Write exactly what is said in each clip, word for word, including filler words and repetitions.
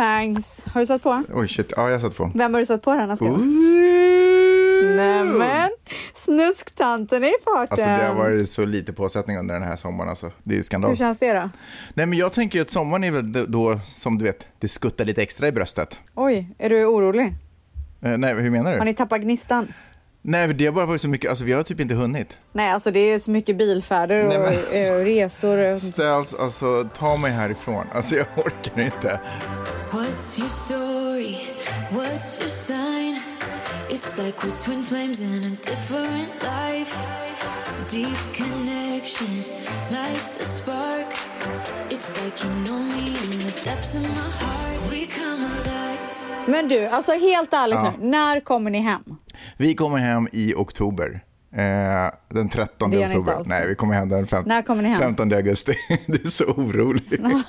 Mangs. Har du satt på? Oj shit, ja jag har satt på. Vem har du satt på den? Nämen, snusktanten är i farten. Alltså det har varit så lite påsättning under den här sommaren alltså. Det är ju skandal. Hur känns det då? Nej men jag tänker att sommaren är väl då, som du vet, det skuttar lite extra i bröstet. Oj, är du orolig? Eh, nej, hur menar du? Har ni tappat gnistan? Nej, det har bara varit så mycket, alltså vi har typ inte hunnit. Nej, alltså det är så mycket bilfärder och Nej, men, alltså, resor. Och... Ställs, alltså ta mig härifrån. Alltså jag orkar inte. What's your story? What's your sign? It's like we're twin flames in a different life. Deep connection lights a spark. It's like you know me in the depths of my heart. We come alive. Men du, alltså helt ärligt ja. nu, när kommer ni hem? Vi kommer hem i oktober. Eh, den trettonde oktober. Nej, vi kommer hem den fem- när kommer ni hem? femtonde augusti. Du är så orolig. Nej,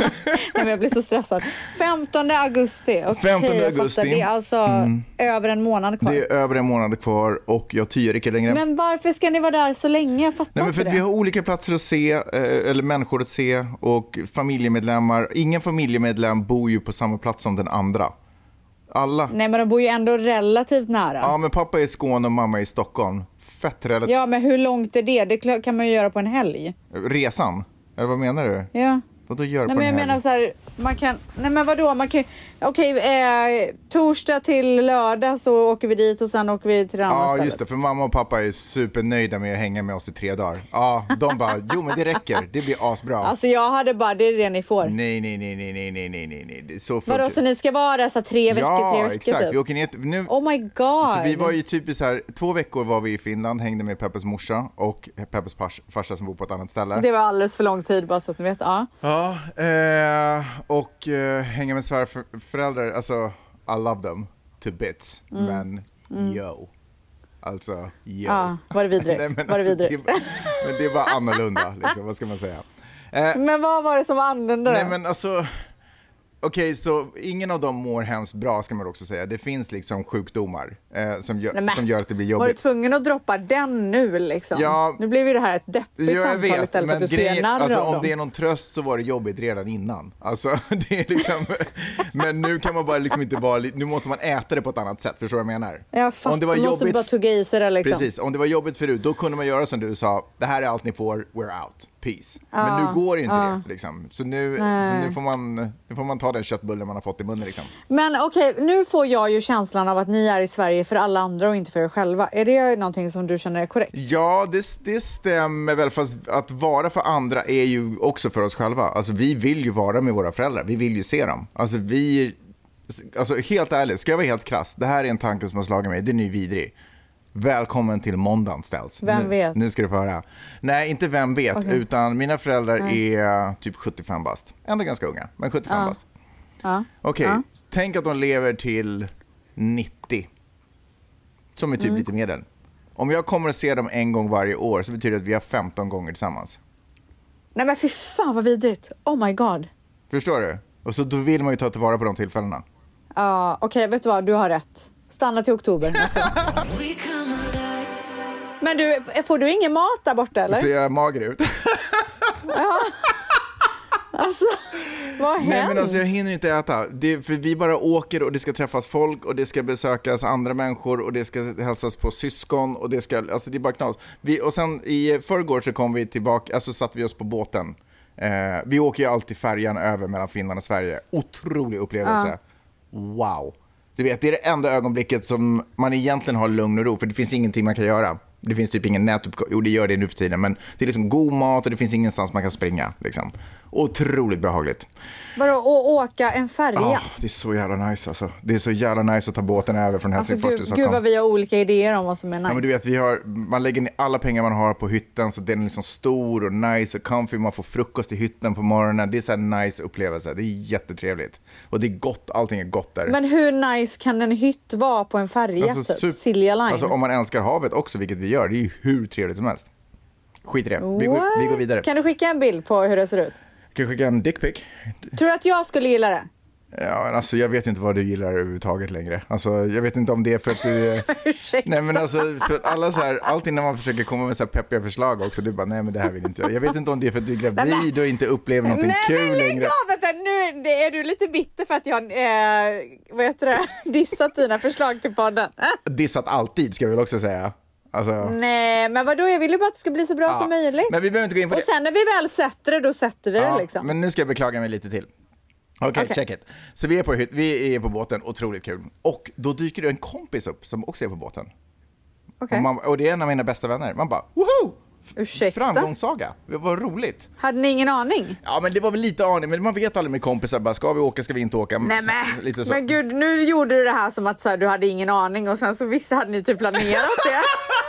men jag blir så stressad. femtonde augusti. Okay, femtonde augusti. Det är alltså mm. över en månad kvar. Det är över en månad kvar och jag tyr inte längre. Men varför ska ni vara där så länge? Jag fattar Nej, men för inte att det. Vi har olika platser att se, eller människor att se och familjemedlemmar. Ingen familjemedlem bor ju på samma plats som den andra. Alla. Nej, men de bor ju ändå relativt nära. Ja, men pappa är i Skåne och mamma är i Stockholm. Fett relativt. Ja, men hur långt är det? Det kan man ju göra på en helg. Resan? Eller vad menar du? Ja. Vad då gör Nej, på men jag en helg? menar så här, man kan... Nej, men vadå? Man kan... Okej, eh, torsdag till lördag så åker vi dit och sen åker vi till det andra Ja, stället. just det. För mamma och pappa är supernöjda med att hänga med oss i tre dagar. Ja, de bara, jo men det räcker. Det blir asbra. Alltså jag hade bara, det är det ni får. Nej, nej, nej, nej, nej, nej, nej, nej, nej. Det är så Vadå, fullt. så ni ska vara där så tre veckor, ja, tre veckor exakt. typ? Vi åker ner nu. Oh my god. Så vi var ju typ så här, två veckor var vi i Finland, hängde med Peppes morsa och Peppes fars, farsa som bor på ett annat ställe. Det var alldeles för lång tid bara så att ni vet. Ja, ja eh, och eh, hänga med svärföräldrar, alltså I love them to bits, mm. men mm. yo. Alltså, yo. Ja, var det vidrigt? Nej, men var det alltså, vidrigt? Det, men det var annorlunda, liksom, vad ska man säga? Eh, men vad var det som var annorlunda? Nej, men alltså... Okej, okay, så ingen av dem mår hemskt bra ska man också säga. Det finns liksom sjukdomar eh, som, gör, Nej, som gör att det blir jobbigt. Var du tvungen att droppa den nu liksom? Ja, nu blev ju det här ett deppigt ja, samtal vet, istället för att du skulle göra narr alltså, av om dem. det är någon tröst så var det jobbigt redan innan. Alltså, det är liksom, men nu kan man bara liksom inte vara... Nu måste man äta det på ett annat sätt, förstår du vad jag menar? Jag fattar, om det var du måste jobbigt, bara tugga i sig det liksom. Precis, om det var jobbigt förut, då kunde man göra som du sa. Det här är allt ni får, we're out. Peace. Ah, men nu går det inte ah. det liksom. Så, nu, så nu, får man, nu får man ta den köttbullen man har fått i munnen liksom. Men okej, okay, nu får jag ju känslan av att ni är i Sverige för alla andra och inte för er själva. Är det någonting som du känner är korrekt? Ja, det, det stämmer väl, fast att vara för andra är ju också för oss själva. Alltså vi vill ju vara med våra föräldrar, vi vill ju se dem. Alltså vi, alltså helt ärligt, ska jag vara helt krass, det här är en tanke som har slagit mig, det är ny vidrig. Välkommen till måndagen ställs. Vem nu, vet? Nu ska du få höra. Nej, inte vem vet, okay. utan mina föräldrar Nej. är typ sjuttiofem bast. Ändå ganska unga, men sjuttiofem ja. bast. Ja. Okej, okay. ja. Tänk att de lever till nittio. Som är typ mm. lite medel. Om jag kommer att se dem en gång varje år så betyder det att vi har femton gånger tillsammans. Nej men fy fan vad vidrigt. Oh my god. Förstår du? Och så då vill man ju ta tillvara på de tillfällena. Ja, uh, okej, okay, vet du vad? Du har rätt. Stanna till oktober. Men du, får du ingen mat där borta eller? Ser jag mager ut? Ja. Alltså, vad har hänt? Nej men alltså jag hinner inte äta. Det, för vi bara åker och det ska träffas folk och det ska besökas andra människor och det ska hälsas på syskon och det ska, alltså det är bara knas. Vi, och sen i förrgår så kom vi tillbaka, alltså satt vi oss på båten. Eh, vi åker ju alltid färjan över mellan Finland och Sverige. Otrolig upplevelse. Ja. Wow. Du vet, det är det enda ögonblicket som man egentligen har lugn och ro, för det finns ingenting man kan göra. Det finns typ ingen nätuppkoppling, jo det gör det nu för tiden, men det är liksom god mat och det finns ingenstans man kan springa liksom. Otroligt behagligt. Vadå, att åka en färja? Oh, det är så jävla nice alltså. Det är så jävla nice att ta båten över från Helsingfors alltså, till Stockholm. Gud vad vi har olika idéer om vad som är nice. Ja, men du vet, vi har, man lägger ner alla pengar man har på hytten så den är liksom stor och nice och comfy. Man får frukost i hytten på morgonen. Det är så här nice upplevelse. Det är jättetrevligt. Och det är gott, allting är gott där. Men hur nice kan en hytt vara på en färja alltså, typ? Silja Line? Alltså om man älskar havet också, vilket vi gör, det är ju hur trevligt som helst. Skit i det. Vi går, vi går vidare. Kan du skicka en bild på hur det ser ut? Kan jag skicka en dickpic? Tror du att jag skulle gilla det? Ja, alltså jag vet inte vad du gillar överhuvudtaget längre. Alltså jag vet inte om det är för att du... nej men alltså, för att alla så här, alltid när man försöker komma med så här peppiga förslag också, du bara, nej men det här vill inte jag. Jag vet inte om det är för att du är gravid och inte upplever någonting nej, kul men lägg längre. av, vänta, nu det är du lite bitter för att jag eh, vad heter det, dissat dina förslag till podden. Dissat alltid, ska vi väl också säga. Alltså... Nej, men vadå, jag vill ju bara att det ska bli så bra ja, som möjligt. Men vi behöver inte gå in på och det. sen när vi väl sätter det, då sätter vi ja, det liksom. Men nu ska jag beklaga mig lite till. Okej, okay, okay. Check it. Så vi är, på, vi är på båten, otroligt kul. Och då dyker det en kompis upp som också är på båten. Okay. Och, man, och det är en av mina bästa vänner. Man bara, woho! Ursäkta? Framgångssaga. Det var roligt. Hade ni ingen aning? Ja, men det var väl lite aning. Men man vet aldrig med kompisar. Bara, ska vi åka, ska vi inte åka? Nej, men, så, lite så. Men gud, nu gjorde du det här som att så här, du hade ingen aning. Och sen så visst hade ni typ planerat det.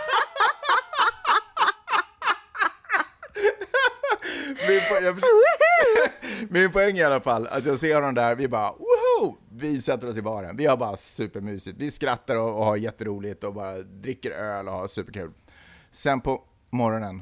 min, po- jag, min poäng i alla fall, att jag ser honom där, vi bara, woho! Vi sätter oss i baren. Vi har bara supermysigt. Vi skrattar och, och har jätteroligt och bara dricker öl och har superkul. Sen på morgonen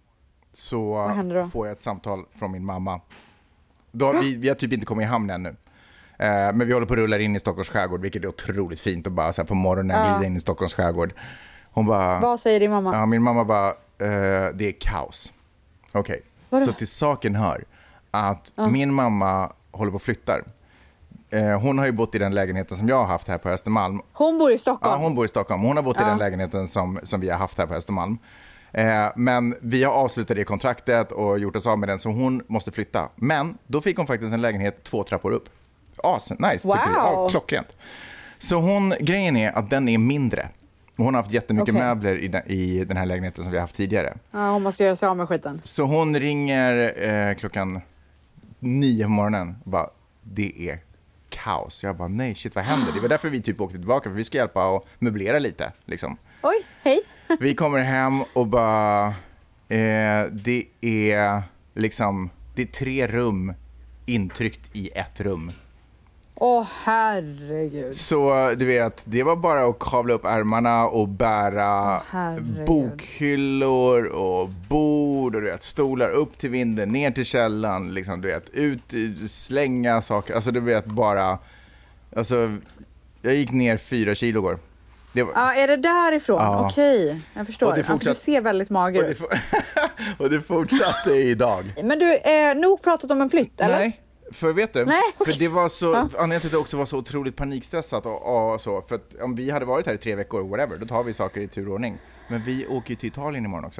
så får jag ett samtal från min mamma. Då, vi, vi har typ inte kommit i hamn ännu. Eh, men vi håller på att rulla in i Stockholms skärgård, vilket är otroligt fint att bara så här, på morgonen glida uh. in i Stockholms skärgård. Hon bara... Vad säger din mamma? Ja, min mamma bara, eh, det är kaos. Okej, okay. Så till saken hör att uh. min mamma håller på att flyttar. Eh, hon har ju bott i den lägenheten som jag har haft här på Östermalm. Hon bor i Stockholm? Ja, hon bor i Stockholm. Hon har bott uh. i den lägenheten som, som vi har haft här på Östermalm. Eh, men vi har avslutat det kontraktet och gjort oss av med den, så hon måste flytta. Men då fick hon faktiskt en lägenhet två trappor upp. As, nice, wow. tyckte vi. Ja, klockrent. Så hon, grejen är att den är mindre. Hon har haft jättemycket okay. möbler i den, i den här lägenheten som vi har haft tidigare. Ja, hon måste göra sig av med skiten. Så hon ringer eh, klockan nio på morgonen och bara, det är kaos. Jag bara, nej shit, vad händer? Det var därför vi typ åkte tillbaka, för vi ska hjälpa och möblera lite. Liksom. Oj, hej. Vi kommer hem och bara, eh, det är liksom, det är tre rum intryckt i ett rum. Åh, oh, herregud. Så du vet, det var bara att kavla upp ärmarna och bära oh, bokhyllor och bord och du vet, stolar upp till vinden, ner till källan, liksom, du vet, ut, slänga saker. Alltså du vet, bara, alltså, jag gick ner fyra kilo igår. Det var... Ja, är det därifrån? Ja. Okej, jag förstår. Och det fortsatt... alltså, du ser väldigt mager och det, for... och det fortsatte idag. Men du, är eh, nog pratat om en flytt, eller? Nej. För vet du, Nej, okay. för det var så, ja. anledningen till att det också var så otroligt panikstressat och, och så, för att om vi hade varit här i tre veckor, whatever, då tar vi saker i turordning. Men vi åker ju till Italien imorgon också.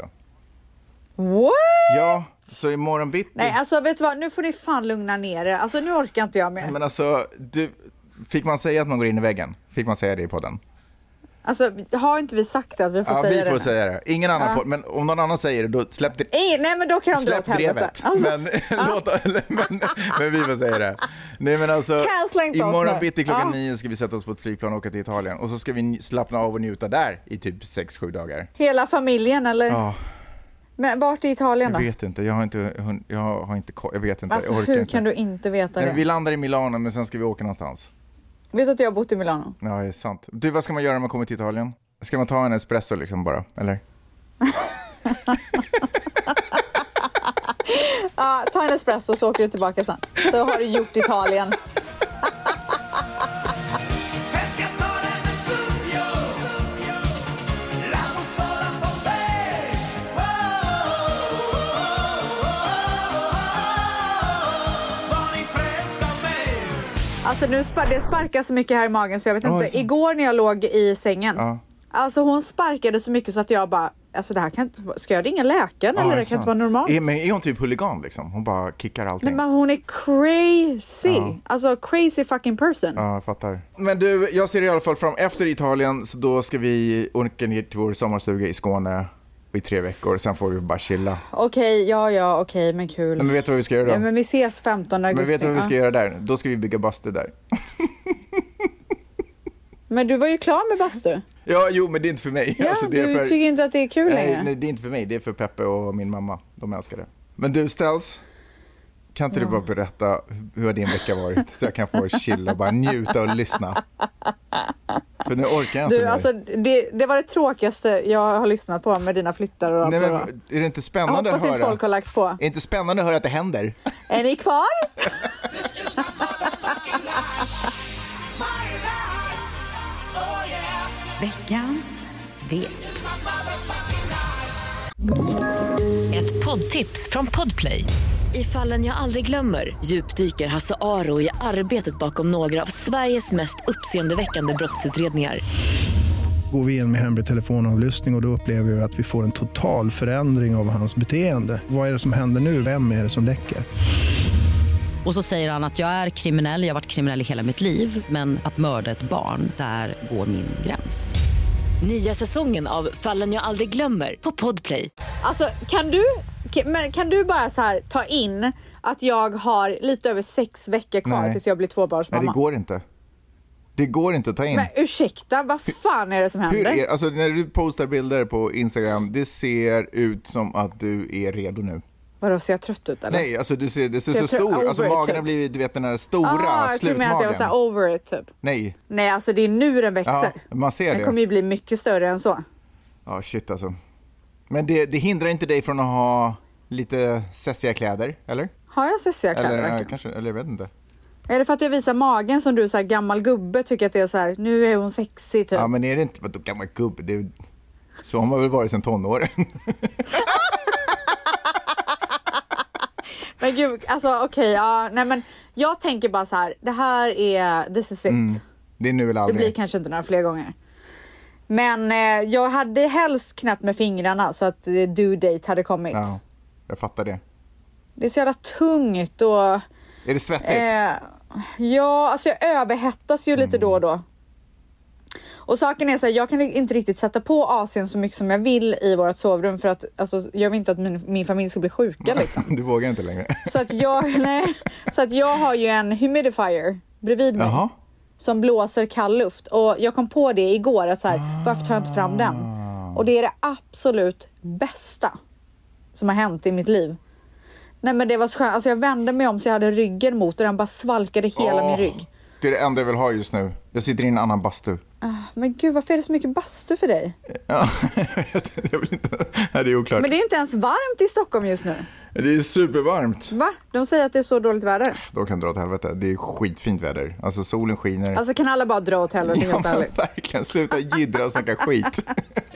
What? Ja, så imorgon bitti. Nej, alltså vet du vad, nu får ni fan lugna ner er. Alltså nu orkar inte jag mer. Men alltså, du, fick man säga att man går in i väggen? Fick man säga det i podden? Alltså, har inte vi sagt det att vi får ja, säga det? Ja, vi får nu. säga det. Ingen annan ja. podd, men om någon annan säger det, då släpp det. Nej, nej men då kan de dra åt helvete. Alltså, men, ja. låt, men, men vi får säga det. Nej, men alltså, imorgon bitti klockan ja. nio ska vi sätta oss på ett flygplan och åka till Italien. Och så ska vi slappna av och njuta där i typ sex sju dagar. Hela familjen, eller? Ja. Men vart i Italien då? Jag vet inte, jag har inte, jag har inte, jag vet inte. Alltså, jag orkar hur inte. kan du inte veta Nej, det? vi landar i Milano, men sen ska vi åka någonstans. Vet du att jag har bott i Milano? Ja, det är sant. Du, vad ska man göra när man kommer till Italien? Ska man ta en espresso liksom bara, eller? Ja, ta en espresso så åker du tillbaka sen. Så har du gjort Italien. Alltså nu sp- det sparkar så mycket här i magen så jag vet inte. Oh, igår när jag låg i sängen. Uh. Alltså hon sparkade så mycket så att jag bara, alltså det här kan inte, ska jag ringa läkaren uh, eller det kan inte vara normalt. Är, men är hon typ huligan liksom? Hon bara kickar allting. Nej, men hon är crazy. Uh. Alltså crazy fucking person. Ja, uh, jag fattar. Men du, jag ser i alla fall fram efter Italien, så då ska vi åka ner till vår sommarstuga i Skåne i tre veckor, sen får vi bara chilla. Okej, okay, ja, ja, okej, okay, men kul. Men vet du vad vi ska göra då? Ja, men vi ses femtonde augusti. Men vet du vad vi ska ja. göra där? Då ska vi bygga bastu där. Men du var ju klar med bastu. Ja, jo, men det är inte för mig. Ja, alltså, det är du för... tycker inte att det är kul nej, längre? Nej, det är inte för mig. Det är för Peppe och min mamma. De älskar det. Men du, Ställs, kan inte ja. du bara berätta hur har din vecka varit? Så jag kan få chilla och bara njuta och lyssna. För nu orkar jag inte du, mer. Alltså, det, det var det tråkigaste jag har lyssnat på med dina flyttar och nej, men, allt. är det inte spännande att höra? Hoppas inte folk har lagt på. Är det inte spännande att höra att det händer? Är ni kvar? Veckans svep. Ett poddtips från Podplay. I Fallen jag aldrig glömmer djupdyker Hasse Aro i arbetet bakom några av Sveriges mest uppseendeväckande brottsutredningar. Går vi in med hemlig telefonavlyssning och, och då upplever vi att vi får en total förändring av hans beteende. Vad är det som händer nu? Vem är det som läcker? Och så säger han att jag är kriminell, jag har varit kriminell i hela mitt liv. Men att mörda ett barn, där går min gräns. Nya säsongen av Fallen jag aldrig glömmer på Podplay. Alltså kan du, men kan du bara så här ta in att jag har lite över sex veckor kvar Nej. tills jag blir tvåbarnsmamma? Nej, det går inte. Det går inte att ta in. Men ursäkta, vad fan är det som händer? Hur är, alltså när du postar bilder på Instagram, det ser ut som att du är redo nu. Vadå, ser jag trött ut eller? Nej, alltså du ser, det ser, ser så stor. Alltså magen typ. har blivit, du vet den där stora ah, slutmagen. Jag tror att jag var så här over it typ. Nej. Nej, alltså det är nu den växer. Ja, man ser den det. kommer ju bli mycket större än så. Ja, shit alltså. Men det, det hindrar inte dig från att ha lite sessiga kläder, eller? Har jag sessiga kläder? Eller, kanske, eller jag vet inte. Är det för att jag visar magen som du så här gammal gubbe tycker att det är så här, nu är hon sexig typ? Ja, men är det inte, vadå gammal gubbe? Det är, så har man väl varit sedan tonåren. Men gud, alltså okej, okay, ja, nej men jag tänker bara så här, det här är, this is it. Mm, det är nu eller aldrig. Det blir kanske inte några fler gånger. Men eh, jag hade helst knappt med fingrarna så att due date hade kommit. Ja, jag fattar det. Det är så jävla tungt och... Är det svettigt? Eh, ja, alltså jag överhettas ju mm. lite då och då. Och saken är så här, jag kan inte riktigt sätta på A C:n så mycket som jag vill i vårt sovrum för att alltså, jag vill inte att min, min familj ska bli sjuka liksom. Du vågar inte längre. Så att jag, nej, så att jag har ju en humidifier bredvid mig. Jaha. Som blåser kall luft. Och jag kom på det igår att så här, ah. varför tar jag inte fram den? Och det är det absolut bästa som har hänt i mitt liv. Nej men det var så skönt. Alltså jag vände mig om så jag hade ryggen mot och den bara svalkade hela oh. min rygg. Det är det enda jag vill ha just nu. Jag sitter i en annan bastu. Ah, men gud, varför är det så mycket bastu för dig? Ja, jag vill inte. Det är oklart. Men det är inte ens varmt i Stockholm just nu. Det är supervarmt. Va? De säger att det är så dåligt väder. Då kan dra åt helvete. Det är skitfint väder. Alltså solen skiner. Alltså kan alla bara dra åt helvete ja, helt ärligt? Verkligen, sluta jiddra och snacka skit.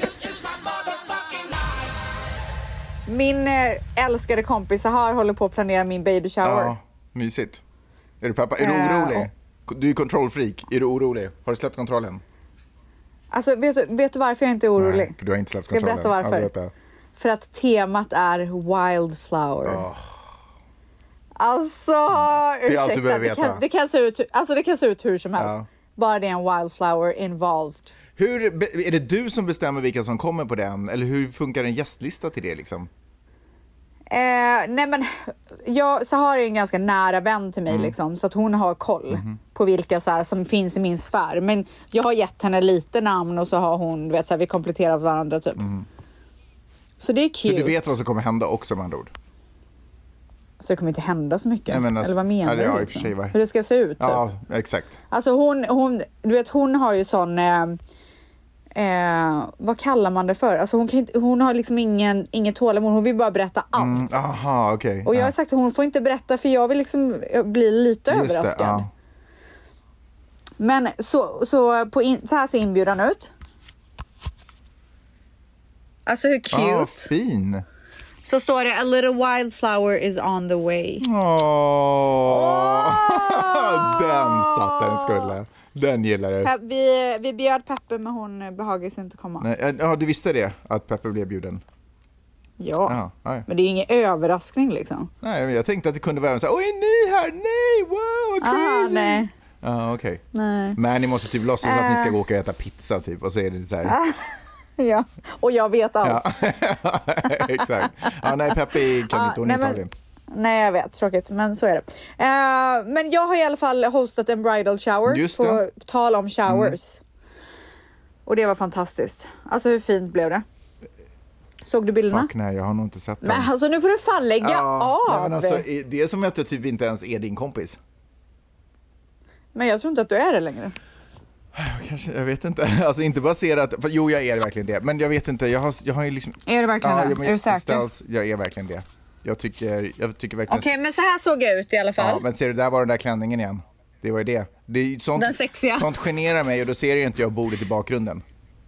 Min äh, älskade kompis har håller på att planera min baby shower. Ja, mysigt. Är du pappa? Är du äh, orolig? Du är kontrollfreak. Är du orolig? Har du släppt kontrollen? Alltså, vet du, vet du varför jag inte är orolig? Nej, för du har inte släppt Ska kontrollen. Ska jag berätta varför? Ja, berätta. För att temat är wildflower. Oh. Alltså, det är ursäkta. allt du behöver veta. Det kan, det, kan se ut, alltså, det kan se ut hur som helst. Ja. Bara det är en wildflower involved. Hur, är det du som bestämmer vilka som kommer på den? Eller hur funkar en gästlista till det liksom? Eh, nej men jag, Sahara är en ganska nära vän till mig mm. liksom, så att hon har koll mm. på vilka så här, som finns i min sfär. Men jag har gett henne lite namn och så har hon, du vet, så här, vi kompletterar varandra typ. Mm. Så det är cute. Så du vet vad som kommer hända också med andra ord? Så det kommer inte hända så mycket. Nej, men alltså, eller vad menar eller, du? ja, liksom? var... Hur det ska se ut typ. Ja, exakt. Alltså hon, hon, du vet hon har ju sån... Eh, Eh, vad kallar man det för? Alltså hon, kan inte, hon har liksom ingen, ingen tålamod. Hon vill bara berätta allt. Mm, aha, okay. Och jag ja. har sagt att hon får inte berätta för jag vill liksom bli lite Just överraskad. Det, ja. Men så, så, på in, så här ser inbjudan ut. Alltså hur cute. Ah, fin. Så står det, a little wildflower is on the way. Åh. Oh. Oh. Den satt där, skulle. Den gillar du. Vi, vi bjöd Peppe men hon behagade sig inte komma. Nej, ja, du visste det? Att Peppe blev bjuden? Ja, Aha, ja. Men det är ingen överraskning liksom. Nej, men jag tänkte att det kunde vara så här, oj, är ni här? Nej, wow, what crazy. Ah, nej. Ja, okej. Okay. Nej. Men ni måste typ låtsas äh. att ni ska gå och äta pizza typ. Och så är det så här. Ja, och jag vet allt. Ja. Exakt. Ja, nej, Peppe kan inte, hon är Italien. Nej, jag vet. Tråkigt, men så är det. Uh, men jag har i alla fall hostat en bridal shower. Just det. På tal om showers. Mm. Och det var fantastiskt. Alltså, hur fint blev det? Såg du bilderna? Fuck, nej, jag har nog inte sett dem. Men alltså, nu får du fan lägga ja, av. Nej, men alltså, det är som att jag typ inte ens är din kompis. Men jag tror inte att du är det längre. Kanske, jag vet inte. Alltså inte baserat... För, jo, jag är verkligen det. Men jag vet inte, jag har, jag har ju liksom... Är du verkligen ja, det? Jag, är du säker? Ställs, jag är verkligen det. Jag tycker, jag tycker verkligen... Okej, okay, men så här såg jag ut i alla fall. Ja, men ser du, där var den där klänningen igen. Det var ju det. det är sånt, den sexiga. Sånt generar mig och då ser jag inte jag bordet i bakgrunden.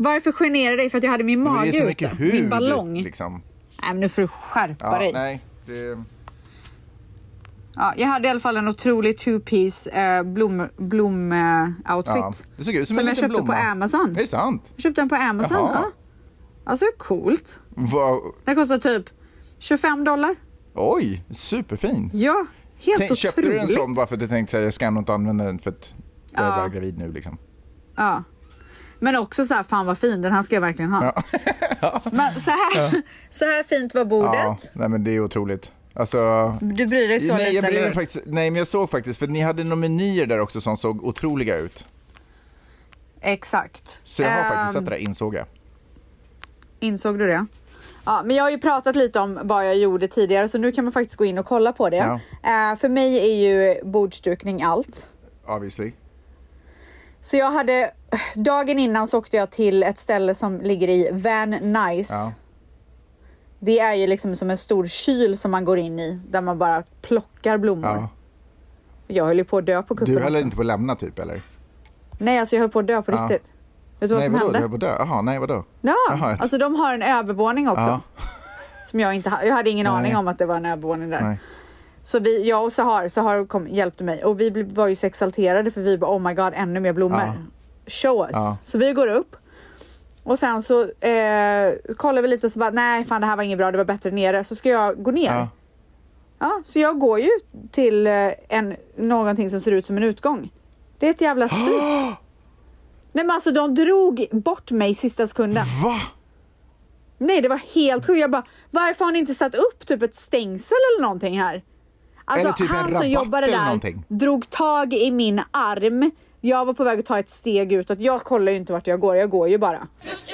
Varför generade dig? För att jag hade min mage ute. Det är så mycket hud, min ballong. Liksom. Nej, men nu får du skärpa ja, dig. Nej, det... Ja, jag hade i alla fall en otrolig two-piece eh, blom, blom eh, outfit. Ja, det såg ut som, som en jag köpte blomma. på Amazon. Är det sant? Jag köpte den på Amazon, Jaha. ja. Alltså, coolt. Wow. Den kostar typ tjugofem dollar. Oj, superfin. Ja, helt Tänk, otroligt. Köpte du en sån bara för att du tänkte att jag ska inte använda den för att jag ja. är bara gravid nu liksom? Ja. Men också så här, fan vad fin, den här ska jag verkligen ha. Ja. Men så här, ja. så här fint var bordet. Ja, nej men det är otroligt. Alltså, du bryr dig så nej, lite, jag bryr eller mig faktiskt, nej, men jag såg faktiskt, för ni hade några menyer där också som såg otroliga ut. Exakt. Så jag har um, faktiskt sett det där, insåg jag. Insåg du det? Ja, men jag har ju pratat lite om vad jag gjorde tidigare, så nu kan man faktiskt gå in och kolla på det. Ja. Uh, för mig är ju bordsdukning allt. Obviously. Så jag hade, dagen innan så åkte jag till ett ställe som ligger i Van Nuys. Ja. Det är ju liksom som en stor kyl som man går in i, där man bara plockar blommor. Ja. Jag höll ju på att dö på kuppen. Du höll inte på att lämna typ, eller? Nej, alltså jag höll på att dö på ja. riktigt. Vet du vad nej, som vadå? hände? Du höll på att dö? Jaha, nej vadå? Ja, Jaha. alltså de har en övervåning också. Ja. Som jag inte ha- jag hade ingen nej. aning om att det var en övervåning där. Nej. Så vi, jag och Sahar, Sahar kom, hjälpte mig. Och vi var ju så exalterade för vi bara, oh my god, ännu mer blommor. Ja. Show us. Ja. Så vi går upp. Och sen så eh, kollar vi lite och så bara, nej fan det här var inget bra, det var bättre nere. Så ska jag gå ner. Ja. Ja, så jag går ju till eh, en, någonting som ser ut som en utgång. Det är ett jävla stup. Nej men alltså de drog bort mig i sista sekunden. Va? Nej, det var helt sjukt. Jag bara, varför har ni inte satt upp typ ett stängsel eller någonting här? Alltså eller typ han som jobbade där någonting. Drog tag i min arm. Jag var på väg att ta ett steg utåt. Jag kollar ju inte vart jag går, jag går ju bara.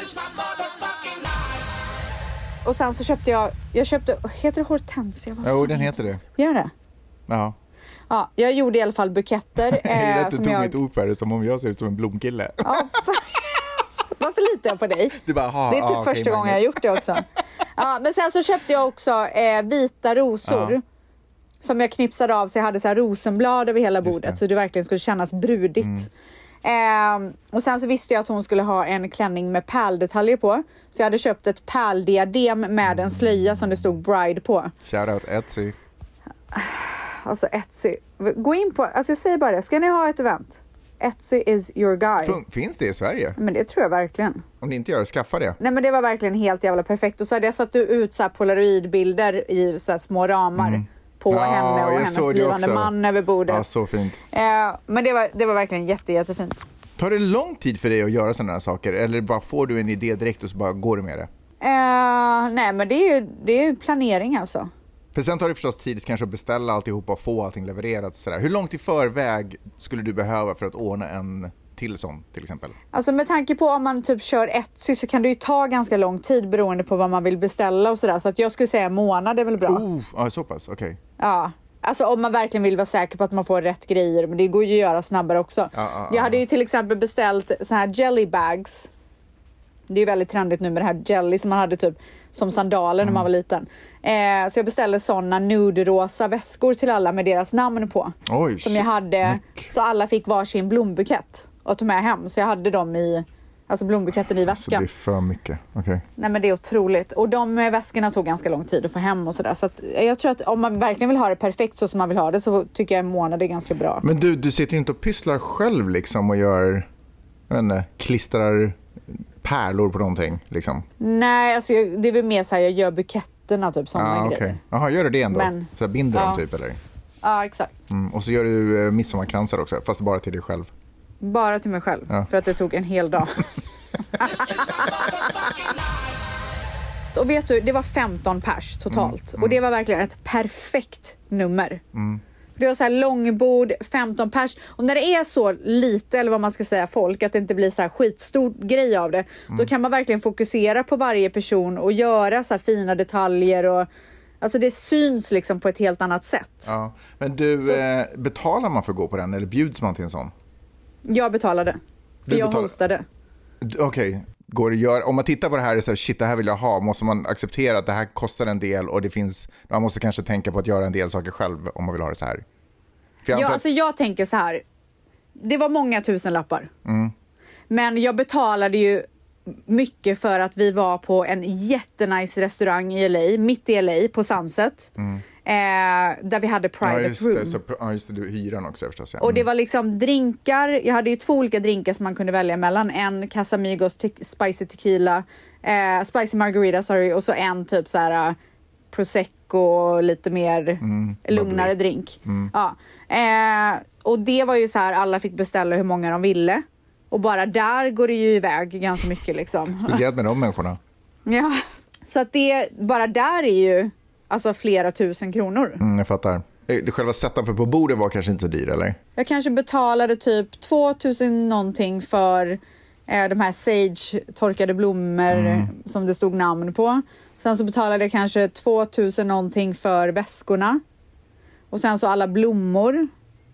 Och sen så köpte jag, jag köpte, heter det hortensia? Jo, oh, den heter det. Gör det? Ja. Ja, jag gjorde i alla fall buketter. Jag gillar att du tog jag... mitt ord för det som om jag ser ut som en blomkille. Ja, varför litar jag på dig? Du bara, ha, det är typ ah, första okay, gången jag har gjort det också. Ja, men sen så köpte jag också eh, vita rosor. Ja. Som jag knipsade av så jag hade så här rosenblad över hela bordet. Det. Så det verkligen skulle kännas brudigt. Mm. Eh, och sen så visste jag att hon skulle ha en klänning med pärldetaljer på. Så jag hade köpt ett pärldiadem med en slöja som det stod bride på. Shoutout Etsy. Alltså Etsy. Gå in på, alltså jag säger bara det. Ska ni ha ett event? Etsy is your guy. Finns det i Sverige? Men det tror jag verkligen. Om ni inte gör det, skaffa det. Nej men det var verkligen helt jävla perfekt. Och så hade jag satt ut så här polaroidbilder i så här små ramar. Mm. På ja, henne och hennes blivande man över bordet. Ja, så fint. Eh, men det var, det var verkligen jätte, jättefint. Tar det lång tid för dig att göra sådana här saker? Eller bara får du en idé direkt och så bara går du med det? Eh, nej, men det är ju det är ju planering alltså. För sen tar det förstås tid kanske att beställa alltihopa och få allting levererat. Sådär. Hur långt i förväg skulle du behöva för att ordna en till sån till exempel? Alltså med tanke på om man typ kör Etsy så kan det ju ta ganska lång tid beroende på vad man vill beställa och sådär. Så att jag skulle säga en månad är väl bra. Oh, ja, så pass, okej. Okay. Ja, alltså om man verkligen vill vara säker på att man får rätt grejer. Men det går ju att göra snabbare också. Ja, ja, jag hade ju till exempel beställt så här jelly bags. Det är ju väldigt trendigt nu med det här jelly som man hade typ som sandaler mm. när man var liten. Eh, så jag beställde sådana nude-rosa väskor till alla med deras namn på. Oj, som jag hade, mycket. Så alla fick varsin blombukett och ta med hem. Så jag hade dem i, alltså blombuketten i väskan. Så det är för mycket, okej. Okay. Nej men det är otroligt. Och de väskorna tog ganska lång tid att få hem och sådär. Så att jag tror att om man verkligen vill ha det perfekt så som man vill ha det så tycker jag en månad är ganska bra. Men du, du sitter inte och pysslar själv liksom och gör, jag vet inte, klistrar pärlor på någonting liksom? Nej, alltså jag, det är väl mer så här jag gör buketterna typ sådana ah, grejer. Okay. Jaha, gör du det ändå? Men, så här binder ja. dem typ eller? Ja, exakt. Mm, och så gör du uh, midsommarkransar också, fast bara till dig själv? Bara till mig själv, ja. För att det tog en hel dag. Och vet du, det var femton pers totalt. Mm, mm. Och det var verkligen ett perfekt nummer. Mm. Det var så här långbord, femton pers. Och när det är så lite, eller vad man ska säga, folk, att det inte blir så här skitstor grej av det. Mm. Då kan man verkligen fokusera på varje person och göra så här fina detaljer. Och, alltså det syns liksom på ett helt annat sätt. Ja. Men du, så, eh, betalar man för att gå på den eller bjuds man till en sån? Jag betalade. För du jag betal... hostade. Okej. Okay. Går det gör, om man tittar på det här och säger shit, det här vill jag ha, måste man acceptera att det här kostar en del och det finns, man måste kanske tänka på att göra en del saker själv om man vill ha det så här. För jag, ja, antar... alltså jag tänker så här, det var många tusen lappar. Mm. Men jag betalade ju mycket för att vi var på en jättenice restaurang i L A, mitt i L A på Sunset. Mm. Eh, där vi hade private ja, just room. Det, så, ja, just det, du hyran också förstås. Ja. Mm. Och det var liksom drinkar, jag hade ju två olika drinkar som man kunde välja mellan. En Casamigos te- spicy tequila, eh, spicy margarita, sorry, och så en typ så här uh, prosecco och lite mer mm, lugnare drink. Mm. Ja. Eh, och det var ju så här, alla fick beställa hur många de ville. Och bara där går det ju iväg ganska mycket liksom. Speciellt med de människorna. Ja, så att det bara där är ju alltså flera tusen kronor. Mm, jag fattar. Det själva setupen på bordet var kanske inte så dyr, eller? Jag kanske betalade typ tvåtusen någonting för eh, de här sage torkade blommor mm. som det stod namn på. Sen så betalade jag kanske tvåtusen någonting för väskorna. Och sen så alla blommor.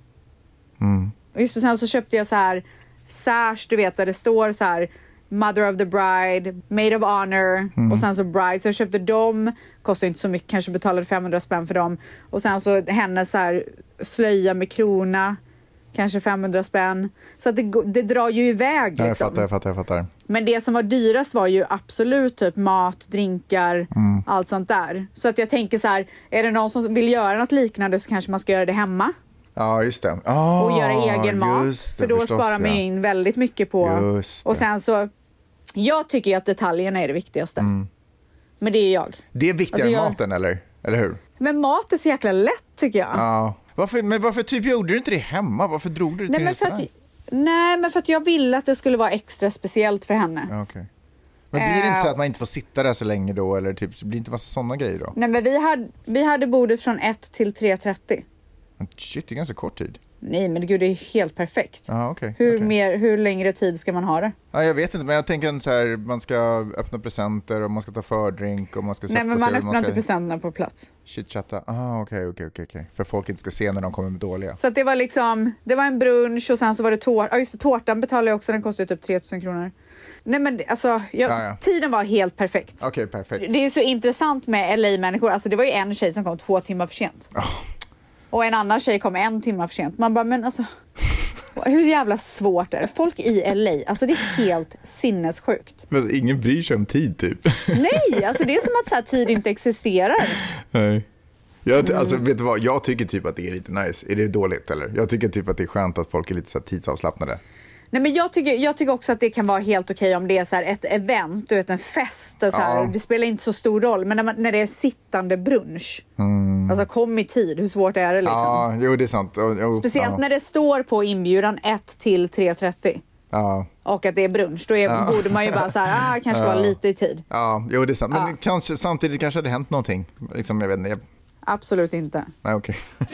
Mm. Och just och sen så köpte jag så här sash, du vet, där det står så här Mother of the Bride, Maid of Honor mm. och sen så Bride. Så jag köpte dem, kostade inte så mycket, kanske betalade femhundra spänn för dem. Och sen så hennes så här slöja med krona, kanske femhundra spänn. Så att det, det drar ju iväg liksom. Ja, jag fattar, jag fattar, jag fattar. Men det som var dyrast var ju absolut typ mat, drinkar, mm. allt sånt där. Så att jag tänker så här, är det någon som vill göra något liknande så kanske man ska göra det hemma. Ja, just det. Oh, och göra egen mat. Det, för då förstås, sparar man ja. in väldigt mycket på. Och sen så, jag tycker ju att detaljerna är det viktigaste. Mm. Men det är jag. Det är viktigare alltså jag... än maten, eller? Eller hur? Men mat är så jäkla lätt, tycker jag. Ja. Varför, men varför typ gjorde du inte det hemma? Varför drog du det nej, till men för att, Nej, men för att jag ville att det skulle vara extra speciellt för henne. Ja, okay. Men blir det inte så att man inte får sitta där så länge då? Eller typ, blir det inte massa sådana grejer då? Nej, men vi hade, vi hade bordet från ett till tre trettio. Shit, det är ganska kort tid. Nej, men gud, det är helt perfekt. Ah, okay, hur, okay. Mer, hur längre tid ska man ha det? Ja, jag vet inte, men jag tänker så här, man ska öppna presenter och man ska ta fördrink och man ska sätta sig. Nej, men man öppnar man ska... inte presenterna på plats. Shit, chatta. Ah, okej, okej, okej, okej. För folk inte ska se när de kommer med dåliga. Så att det var liksom, det var en brunch och sen så var det tårta. Ja, just det, tårtan betalade jag också, den kostade typ tre tusen kronor. Nej, men alltså, jag, ja, ja. tiden var helt perfekt. Okej, okay, perfekt. Det är så intressant med L A-människor. Alltså det var ju en tjej som kom två timmar för sent. Oh. Och en annan tjej kom en timme för sent. Man bara, men alltså, hur jävla svårt är det? Folk i L A, alltså det är helt sinnessjukt. Men ingen bryr sig om tid typ. Nej, alltså det är som att så här, tid inte existerar. Nej. Jag, alltså, vet du vad? Jag tycker typ att det är lite nice. Är det dåligt eller? Jag tycker typ att det är skönt att folk är lite så här tidsavslappnade. Nej, men jag tycker, jag tycker också att det kan vara helt okej om det är så här ett event, du vet, en fest. Och så här, ja. Det spelar inte så stor roll. Men när, man, när det är sittande brunch, mm. alltså kom i tid, hur svårt är det liksom? Ja, jo, det är sant. Jo, jo, speciellt ja. när det står på inbjudan ett till tre trettio. Ja. Och att det är brunch, då är, ja. borde man ju bara så här, ah, kanske ja. vara lite i tid. Ja, jo, det är sant. Men ja. kanske, samtidigt kanske hade hänt någonting. Liksom, jag vet inte. Jag... Absolut inte. Nej, okej. Okay.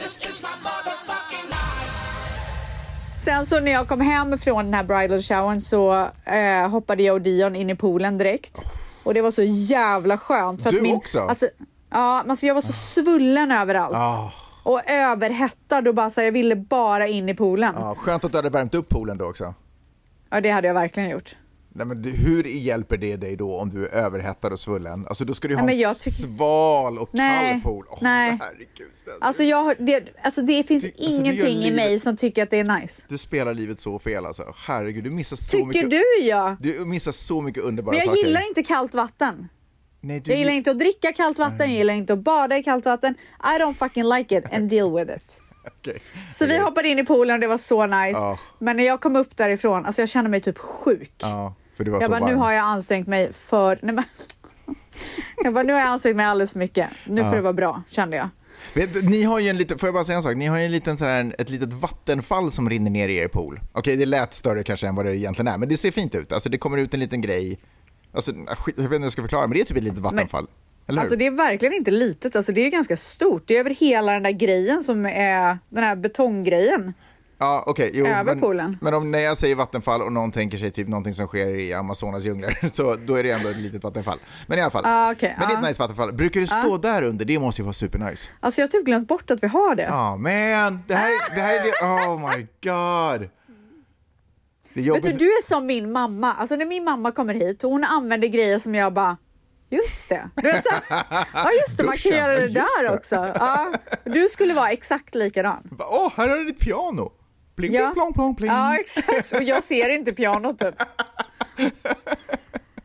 Sen så när jag kom hem från den här bridal showern så eh, hoppade jag och Dion in i poolen direkt. Och det var så jävla skönt. För du att min, också? Alltså, ja, alltså jag var så svullen överallt. Oh. Och överhettad och bara så här, jag ville bara in i poolen. Ja, skönt att du hade värmt upp poolen då också. Ja, det hade jag verkligen gjort. Nej, men hur hjälper det dig då om du är överhettad och svullen? Alltså då ska du ha nej, en tyck... sval och nej, kall pool. Oh, nej. Herregud, alltså, jag, det, alltså det finns Ty, ingenting alltså, i mig som tycker att det är nice. Du spelar livet så fel alltså. Herregud, du missar så tycker mycket. Tycker du ja? Du missar så mycket underbara saker. Men jag saker. gillar inte kallt vatten. Nej, du... Jag gillar inte att dricka kallt vatten, jag gillar inte att bada i kallt vatten. I don't fucking like it and deal with it. Okay. Så okay. vi hoppade in i poolen och det var så nice. Oh. Men när jag kom upp därifrån, alltså jag kände mig typ sjuk. Oh. För du var jag så bara, varm. Nu har jag ansträngt mig för... Nej, men... jag bara, nu har jag ansträngt mig alldeles för mycket. Nu får ja. det vara bra, kände jag. Vet, ni har ju en liten, får jag bara säga en sak? Ni har ju en liten, sådär, ett litet vattenfall som rinner ner i er pool. Okej, okay, det lät större kanske än vad det egentligen är. Men det ser fint ut. Alltså det kommer ut en liten grej. Alltså, jag vet inte hur jag ska förklara, men det är typ ett litet vattenfall. Men, alltså det är verkligen inte litet. Alltså det är ganska stort. Det är över hela den där grejen som är den här betonggrejen. Ja, okej. Okay, över poolen. Men om när jag säger vattenfall och någon tänker sig typ någonting som sker i Amazonas djungler, så då är det ändå ett litet vattenfall. Men i alla fall. Ah, okay, men det är ah. ett nice vattenfall. Brukar det stå ah. där under? Det måste ju vara supernice. Alltså jag har typ glömt bort att vi har det. Ja, oh, men det här, det här är det. Oh my god. Det Vet du, du är som min mamma. Alltså när min mamma kommer hit och hon använder grejer som jag bara... Just det. Du vet, så här, ja, just det. Man kan göra det där det. också. Ja, du skulle vara exakt likadan. Åh, oh, här har du ditt piano. Bling, ja. bling, plong, plong, bling. Ja, exakt. Och jag ser inte pianot typ.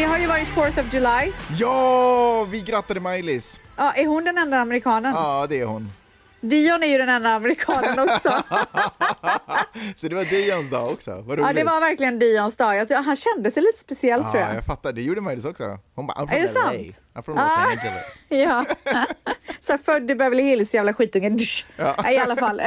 det har ju varit fourth of July. Ja, vi grattade Miley's. Ja, är hon den enda amerikanen? Ja, det är hon. Dion är ju den enda amerikanen också. Så det var Dions dag också. Vad roligt. Ja, det var verkligen Dions dag. Jag tror, han kände sig lite speciell, ja, tror jag. Ja, jag fattar. Det gjorde Miley's också. Hon bara, I'm from är det L A. sant? I'm from Los ah. Angeles. Ja. Så född i Beverly Hills, jävla skitunge. Ja. I alla fall.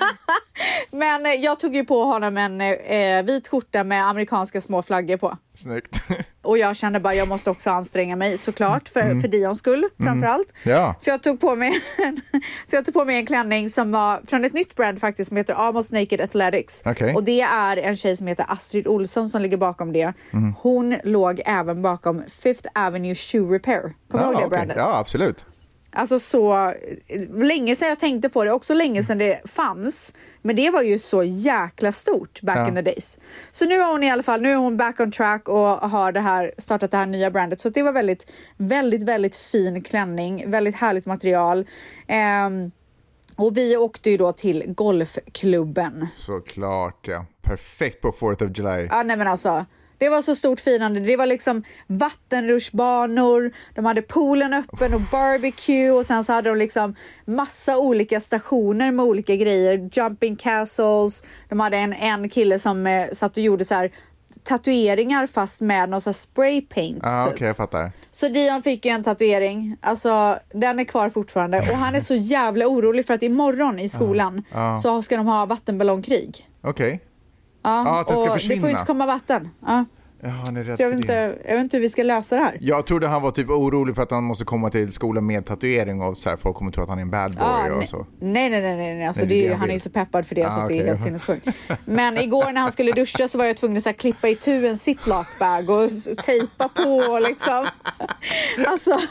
Men jag tog ju på honom en eh, vit skjorta med amerikanska små flaggor på. Snyggt. Och jag kände bara, jag måste också anstränga mig såklart för, mm. för Dions skull framförallt. Mm. Ja. Så jag tog på mig en, så jag tog på mig en klänning som var från ett nytt brand faktiskt som heter Almost Naked Athletics. Okay. Och det är en tjej som heter Astrid Olsson som ligger bakom det. Mm. Hon låg även bakom Fifth Avenue Shoe Repair. Kommer du ihåg det okay. brandet? Ja, absolut. Alltså så länge sedan jag tänkte på det, också länge sedan det fanns. Men det var ju så jäkla stort back ja. in the days. Så nu har hon i alla fall, nu är hon back on track och har det här, startat det här nya brandet. Så det var väldigt, väldigt, väldigt fin klänning. Väldigt härligt material. Um, och vi åkte ju då till golfklubben. Såklart, ja. Perfekt på fourth of July. Ja, nej men alltså... Det var så stort firande. Det var liksom vattenrutschbanor. De hade poolen öppen och barbecue. Och sen så hade de liksom massa olika stationer med olika grejer. Jumping castles. De hade en, en kille som eh, satt och gjorde så här tatueringar fast med någon så här spray paint. Ja, ah, typ. okej, okay, jag fattar. Så Dion fick ju en tatuering. Alltså, den är kvar fortfarande. Och han är så jävla orolig för att imorgon i skolan ah, ah. så ska de ha vattenballongkrig. Okej. Okay. Ja, ah, att det, ska och det får ju inte komma vatten. Ja. Ja, han är rädd så jag för vet, det. inte, jag vet inte hur vi ska lösa det här. Jag trodde han var typ orolig för att han måste komma till skolan med tatuering och så här, folk kommer tro att han är en bad boy ah, och så. Nej, nej, nej, nej. Alltså, nej det är, det han är ju så peppad för det ah, så okay. det är helt sinnessjukt. Men igår när han skulle duscha så var jag tvungen att så här, klippa i tu en ziplock-bag och tejpa på liksom. Alltså.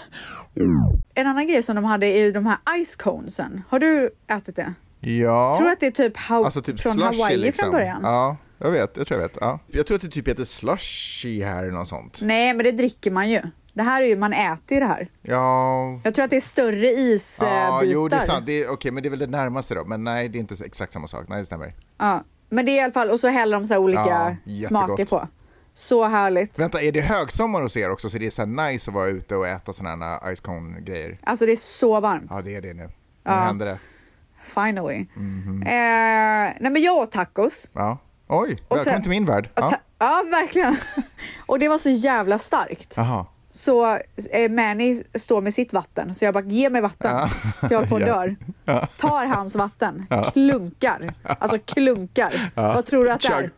En annan grej som de hade är de här ice conesen. Har du ätit det? Ja. Tror du att det är typ, ha- alltså, typ från slushy, Hawaii liksom. från början? Ja. Jag vet, jag tror jag vet. Ja. Jag tror att det typ heter slushy här eller något sånt. Nej, men det dricker man ju. Det här är ju, man äter ju det här. Ja. Jag tror att det är större isbitar. Ja, jo, det är sant. Det är, okej, men det är väl det närmaste då. Men nej, det är inte exakt samma sak. Nej, det stämmer. Ja, men det är i alla fall, och så häller de så här olika ja, smaker på. Så härligt. Vänta, är det högsommar hos er också? Så det är så här nice att vara ute och äta såna här ice cone-grejer? Alltså det är så varmt. Ja, det är det nu. Nu ja. händer det. Finally. Mm-hmm. Eh, nej, men jag åt tacos. Ja. Oj, välkommen till min värld. Ja. Ta- ja, verkligen. Och det var så jävla starkt. Aha. Så eh, Manny står med sitt vatten. Så jag bara, ge mig vatten. Ja. För jag på ja. dör. Ja. Tar hans vatten. Ja. Klunkar. Alltså klunkar. Ja. Vad tror du att det är?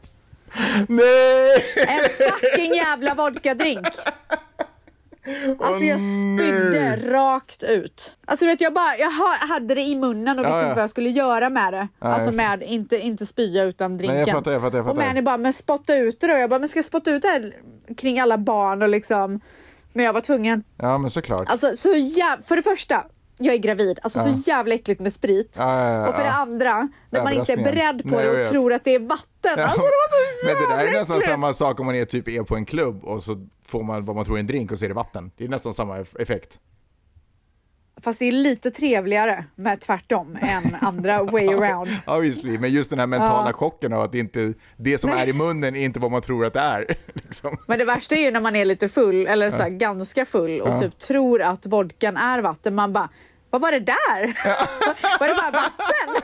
Nej! En fucking jävla vodka-drink. Alltså jag spydde oh, rakt ut. Alltså du vet, jag bara jag hade det i munnen och visste ja, ja. inte vad jag skulle göra med det. Ja, alltså med inte inte spya utan drinken. Nej, jag fattar, jag fattar, jag fattar. Och Manny bara, men spotta ut det då. Jag bara, men ska jag spotta ut det här kring alla barn och liksom. Men jag var tvungen. Ja, men såklart. Alltså så jävla, för det första, jag är gravid. Alltså ja. så jävla äckligt med sprit. Ja, ja, ja, och för det andra, när man inte är beredd på Nej, det och tror att det är vatten. Ja. Alltså det var så jävla Men det där är nästan äckligt. samma sak om man är typ är på en klubb och så får man vad man tror är en drink och så är det vatten. Det är nästan samma effekt. Fast det är lite trevligare med tvärtom än andra way around. Obviously, men just den här mentala ja. chocken av att det, inte, det som Nej. är i munnen är inte vad man tror att det är. Liksom. Men det värsta är ju när man är lite full, eller så här, ja. ganska full och ja. typ tror att vodkan är vatten. Man bara, vad var det där? Ja. Var det bara vatten?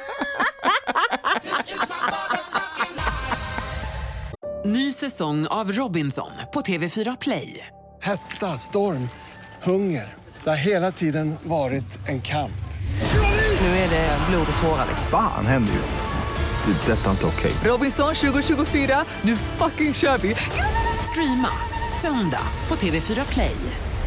Ny säsong av Robinson på T V fyra Play. Hetta, storm, hunger. Det har hela tiden varit en kamp. Nu är det blod och tårar. Fan händer just det. Det är detta inte okej. Okay. Robinson tjugo tjugofyra, nu fucking kör vi. Streama söndag på T V fyra Play.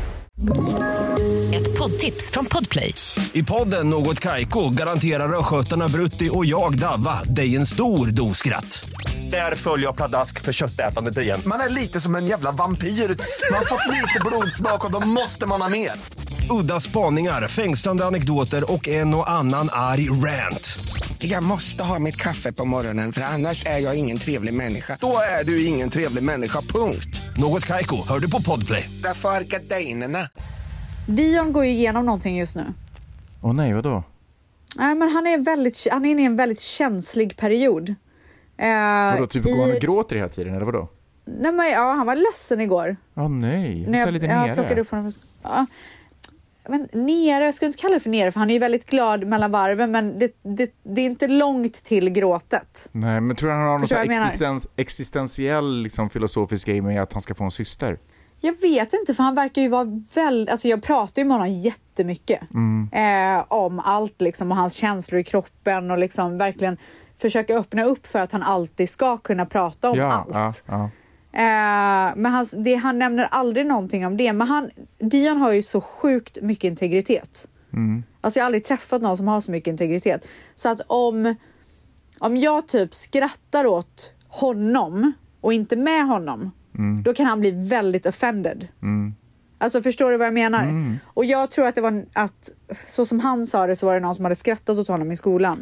Ett poddtips från Podplay. I podden Något Kaiko garanterar röskötarna Brutti och jag Davva dig en stor doskratt. Där följer jag pladask för köttätandet igen. Man är lite som en jävla vampyr. Man har fått lite blodsmak och då måste man ha mer. Udda spaningar, fängslande anekdoter och en och annan arg rant. Jag måste ha mitt kaffe på morgonen för annars är jag ingen trevlig människa. Då är du ingen trevlig människa, punkt. Något Kaiko, hör du på Podplay. Därför är gardinerna. Dion går ju igenom någonting just nu. Åh oh, nej, vadå? Nej, men han är, väldigt, han är inne i en väldigt känslig period. Eh, vadå, typ i... går han och gråter hela tiden, eller vadå? Nej, men, ja, han var ledsen igår. Åh oh, nej, när jag, lite jag nere. plockade upp honom. Ja. Men nere, jag skulle inte kalla det för nere, för han är ju väldigt glad mellan varven, men det, det, det är inte långt till gråtet. Nej, men tror du han har någon så existens, existentiell liksom, filosofisk grej med att han ska få en syster? Jag vet inte, för han verkar ju vara väldigt... Alltså jag pratar ju med honom jättemycket mm. eh, om allt liksom, och hans känslor i kroppen och liksom verkligen försöka öppna upp för att han alltid ska kunna prata om ja, allt. Ja, ja. Eh, men han, det, han nämner aldrig någonting om det. Men han, Dion har ju så sjukt mycket integritet. Mm. Alltså jag har aldrig träffat någon som har så mycket integritet. Så att om, om jag typ skrattar åt honom och inte med honom, mm. då kan han bli väldigt offended. Mm. Alltså förstår du vad jag menar? Mm. Och jag tror att det var att, så som han sa det, så var det någon som hade skrattat åt honom i skolan.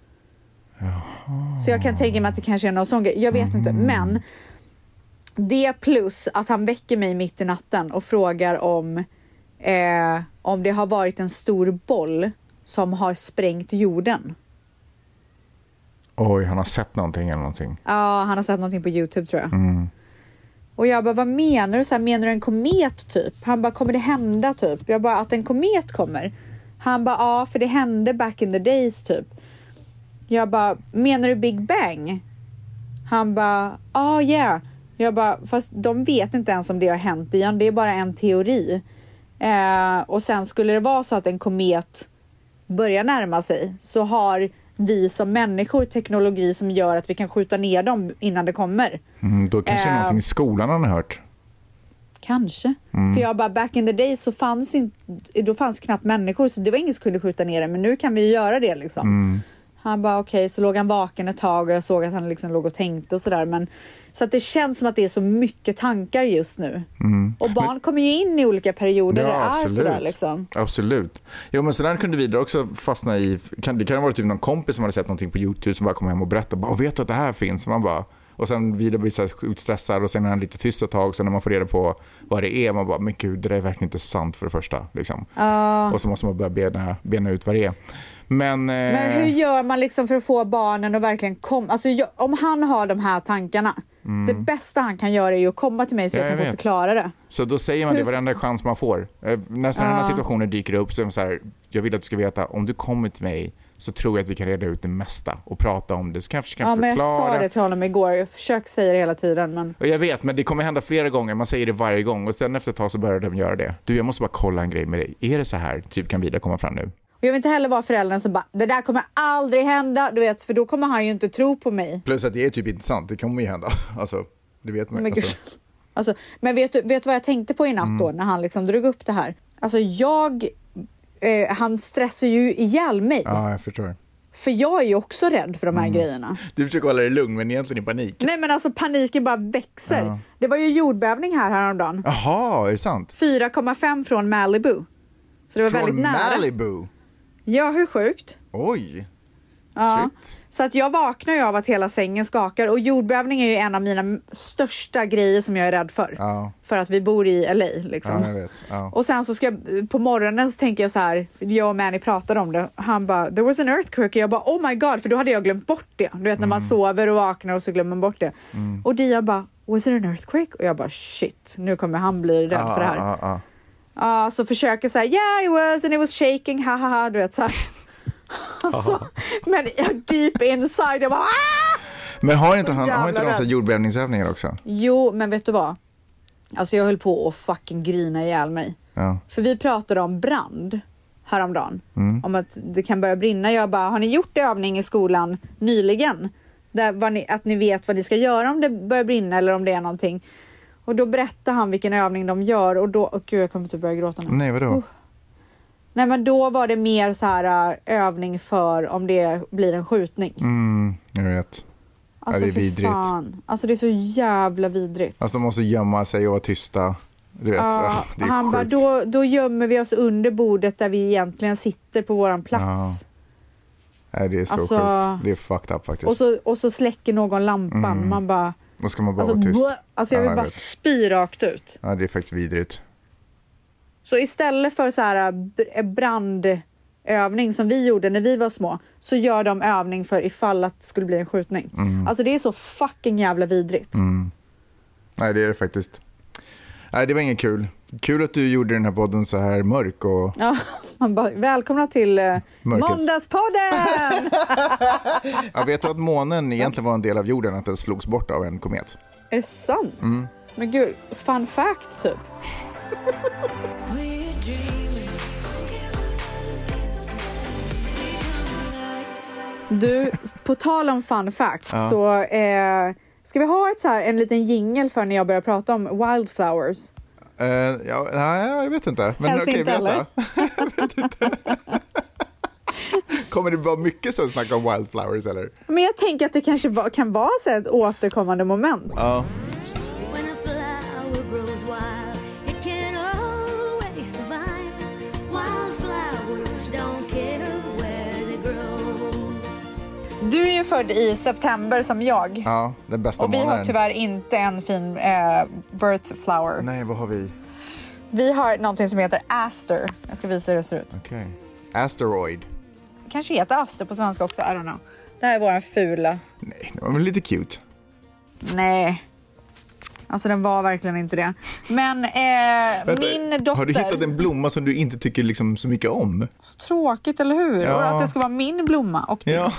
Jaha. Så jag kan tänka mig att det kanske är någon sån grej. Jag vet mm. inte, men det plus att han väcker mig mitt i natten och frågar om eh, om det har varit en stor boll som har sprängt jorden. Oj, han har sett någonting eller någonting. Ja, han har sett någonting på YouTube tror jag. Mm. Och jag bara, vad menar du? Så här, menar du en komet typ? Han bara, kommer det hända typ? Jag bara, att en komet kommer? Han bara, ja, för det hände back in the days typ. Jag bara, menar du Big Bang? Han bara, ja, oh, yeah. Jag bara, fast de vet inte ens om det har hänt igen. Det är bara en teori. Eh, och sen skulle det vara så att en komet börjar närma sig, så har vi som människor teknologi som gör att vi kan skjuta ner dem innan det kommer. Mm, då kanske eh, någonting i skolan har ni hört. Kanske. Mm. För jag bara, back in the day så fanns inte, då fanns knappt människor, så det var ingen som kunde skjuta ner det. Men nu kan vi ju göra det liksom. Mm. Han bara, okej, okay, så låg han vaken ett tag och jag såg att han liksom låg och tänkte och sådär. Men så att det känns som att det är så mycket tankar just nu. Mm. Och barn men, kommer ju in i olika perioder, ja, där det är sådär liksom. Absolut. Jo, men sådär kunde vi också fastna i, kan, det kan ha varit typ någon kompis som hade sett någonting på YouTube som bara kom hem och berättade, bara, vet du att det här finns? Man bara, och sen vidare blir så här sjukt stressad och sen är han lite tyst ett tag, så när man får reda på vad det är, man bara, men gud, det är verkligen inte sant för det första. Liksom. Uh. Och så måste man börja bena, bena ut vad det är. Men, men hur gör man liksom för att få barnen att verkligen komma? Alltså jag, om han har de här tankarna, mm. det bästa han kan göra är ju att komma till mig så ja, jag kan jag få förklara det. Så då säger man hur? Det varenda chans man får. När sådana här uh. situationer dyker upp så är det så här, jag vill att du ska veta, om du kommer till mig så tror jag att vi kan reda ut det mesta och prata om det. Så kanske kan ja, förklara. Men jag sa det till honom igår. Jag försöker säga det hela tiden. Men... Och jag vet, men det kommer hända flera gånger. Man säger det varje gång och sen efter ett tag så börjar de göra det. Du, jag måste bara kolla en grej med dig. Är det så här? Typ kan Vida komma fram nu? Jag vill inte heller vara föräldern som bara, det där kommer aldrig hända, du vet, för då kommer han ju inte tro på mig. Plus att det är typ inte sant, det kommer ju hända. Alltså, det vet man. Men, alltså. Alltså, men vet du, vet du vad jag tänkte på i natt då, mm. när han liksom drog upp det här? Alltså jag, eh, han stressar ju ihjäl mig. Ja, jag förstår. För jag är ju också rädd för de här mm. grejerna. Du försöker hålla dig lugn, men egentligen i panik. Nej, men alltså paniken bara växer. Ja. Det var ju jordbävning här häromdagen. Jaha, är det sant? fyra komma fem från Malibu. Så det var från väldigt nära. Malibu? Ja, hur sjukt? Oj. Ja. Shit. Så att jag vaknar ju av att hela sängen skakar. Och jordbävning är ju en av mina största grejer som jag är rädd för. Ja. För att vi bor i L A liksom. Ja, jag vet. Ja. Och sen så ska jag, på morgonen så tänker jag så här, jag och Manny pratade om det. Han bara, there was an earthquake. Och jag bara, oh my god, för då hade jag glömt bort det. Du vet när mm. man sover och vaknar och så glömmer man bort det. Mm. Och Dion bara, was it an earthquake? Och jag bara, shit, nu kommer han bli rädd ah, för det här. Ah, ah. Ja, uh, så försöker säga, yeah it was and it was shaking, ha ha ha, du vet så här. Alltså, men deep inside jag bara, ah! Men har inte han har inte någon sån jordbävningsövningar också? Jo, men vet du vad? Alltså jag höll på att fucking grina ihjäl mig. Ja. För vi pratade om brand häromdagen. Mm. Om att det kan börja brinna. Jag bara, har ni gjort övning i skolan nyligen? Där var ni, att ni vet vad ni ska göra om det börjar brinna eller om det är någonting. Och då berättade han vilken övning de gör. Och då, oh gud, jag kommer typ börja gråta nu. Nej, vadå? Uh. Nej, men då var det mer så här övning för om det blir en skjutning. Mm, jag vet. Alltså, ja, det är vidrigt. Fan. Alltså det är så jävla vidrigt. Alltså de måste gömma sig och vara tysta. Du vet, ja, det är han bara, då, då gömmer vi oss under bordet där vi egentligen sitter på våran plats. Ja. Nej, det är så alltså, sjukt. Det är fucked up faktiskt. Och så, och så släcker någon lampan. Mm. Man bara... Då ska man bara alltså, vara tyst. Blå, alltså jag vill ja, jag bara spy rakt ut. Ja, det är faktiskt vidrigt. Så istället för så här brandövning som vi gjorde när vi var små, så gör de övning för ifall att det skulle bli en skjutning. Mm. Alltså det är så fucking jävla vidrigt. Mm. Nej, det är det faktiskt. Nej, det var inget kul. Kul att du gjorde den här podden så här mörk. Och... Ja, man bara, välkomna till uh, Måndagspodden! Jag vet du att månen egentligen var en del av jorden, att den slogs bort av en komet? Är det sant? Mm. Men gud, fun fact typ. Du, på tal om fun fact, ja. så eh, ska vi ha ett så här, en liten jingle för när jag börjar prata om wildflowers? Uh, ja, nej, jag vet inte. Men Helst okej, inte, veta. Jag vet inte. Kommer det vara mycket så att snacka om wildflowers eller? Men jag tänker att det kanske va- kan vara så ett återkommande moment. Ja. Du är ju född i september som jag. Ja, den bästa månaden. Och vi månaden. har tyvärr inte en fin eh, birth flower. Nej, vad har vi? Vi har någonting som heter aster. Jag ska visa hur det ser ut. Okej. Okay. Asteroid. Kanske heter aster på svenska också, I don't know. Det här är våran fula. Nej, det var väl lite cute. Nej. Alltså den var verkligen inte det. Men eh, Vänta, min dotter... Har du hittat en blomma som du inte tycker liksom så mycket om? Så tråkigt, eller hur? Ja. Och att det ska vara min blomma. Och ja.